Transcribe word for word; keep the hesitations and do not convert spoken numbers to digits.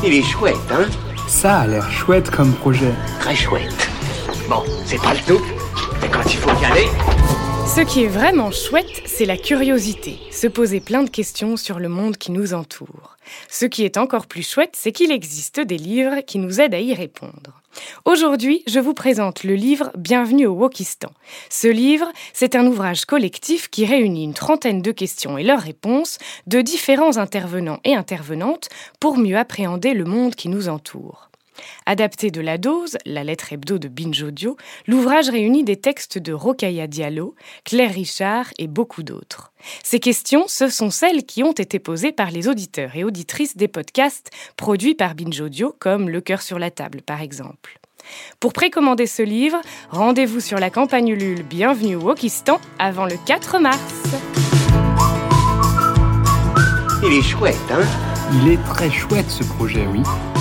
Il est chouette, hein? Ça a l'air chouette comme projet. Très chouette. Bon, c'est pas le tout, mais quand il faut y aller... Ce qui est vraiment chouette, c'est la curiosité, se poser plein de questions sur le monde qui nous entoure. Ce qui est encore plus chouette, c'est qu'il existe des livres qui nous aident à y répondre. Aujourd'hui, je vous présente le livre « Bienvenue au Wokistan ». Ce livre, c'est un ouvrage collectif qui réunit une trentaine de questions et leurs réponses de différents intervenants et intervenantes pour mieux appréhender le monde qui nous entoure. Adapté de La Dose, la lettre hebdo de Binge Audio, l'ouvrage réunit des textes de Rokhaya Diallo, Claire Richard et beaucoup d'autres. Ces questions, ce sont celles qui ont été posées par les auditeurs et auditrices des podcasts produits par Binge Audio, comme Le Cœur sur la table, par exemple. Pour précommander ce livre, rendez-vous sur la campagne Ulule Bienvenue au Wokistan avant le quatre mars. Il est chouette, hein? Il est très chouette ce projet, oui.